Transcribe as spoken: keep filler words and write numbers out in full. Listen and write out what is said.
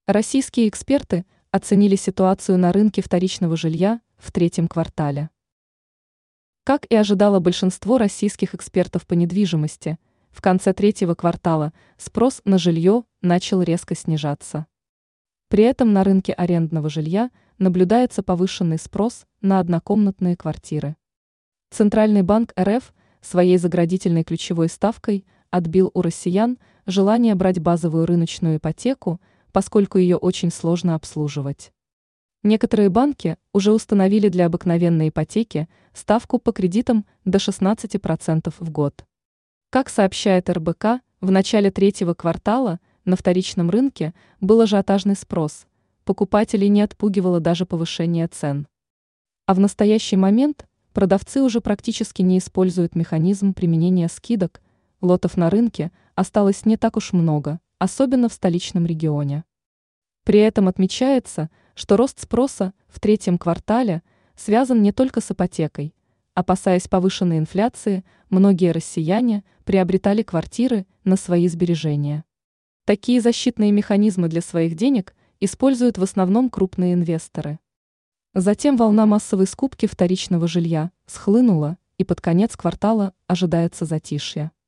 Российские эксперты оценили ситуацию на рынке вторичного жилья в третьем квартале. Как и ожидало большинство российских экспертов по недвижимости, в конце третьего квартала спрос на жилье начал резко снижаться. При этом на рынке арендного жилья наблюдается повышенный спрос на однокомнатные квартиры. Центральный банк эр эф своей заградительной ключевой ставкой отбил у россиян желание брать базовую рыночную ипотеку, поскольку ее очень сложно обслуживать. Некоторые банки уже установили для обыкновенной ипотеки ставку по кредитам до шестнадцати процентов в год. Как сообщает эр бэ ка, в начале третьего квартала на вторичном рынке был ажиотажный спрос, покупателей не отпугивало даже повышение цен. А в настоящий момент продавцы уже практически не используют механизм применения скидок, лотов на рынке осталось не так уж много, особенно в столичном регионе. При этом отмечается, что рост спроса в третьем квартале связан не только с ипотекой. Опасаясь повышенной инфляции, многие россияне приобретали квартиры на свои сбережения. Такие защитные механизмы для своих денег используют в основном крупные инвесторы. Затем волна массовой скупки вторичного жилья схлынула, и под конец квартала ожидается затишье.